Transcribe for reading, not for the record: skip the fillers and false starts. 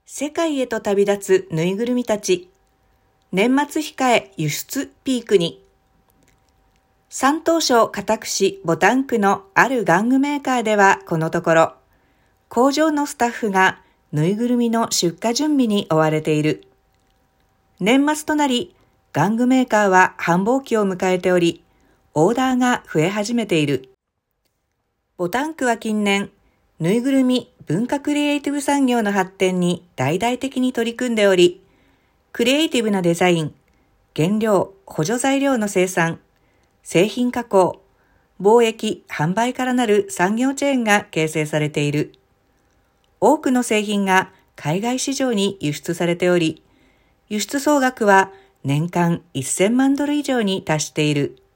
世界へと旅立つぬいぐるみたち。年末控え輸出ピークに。山東省片区市ボタン区のある玩具メーカーではこのところ、工場のスタッフがぬいぐるみの出荷準備に追われている。年末となり、玩具メーカーは繁忙期を迎えており、オーダーが増え始めている。ボタン区は近年、ぬいぐるみ文化クリエイティブ産業の発展に大々的に取り組んでおり、クリエイティブなデザイン、原料・補助材料の生産、製品加工、貿易・販売からなる産業チェーンが形成されている。多くの製品が海外市場に輸出されており、輸出総額は年間1000万ドル以上に達している。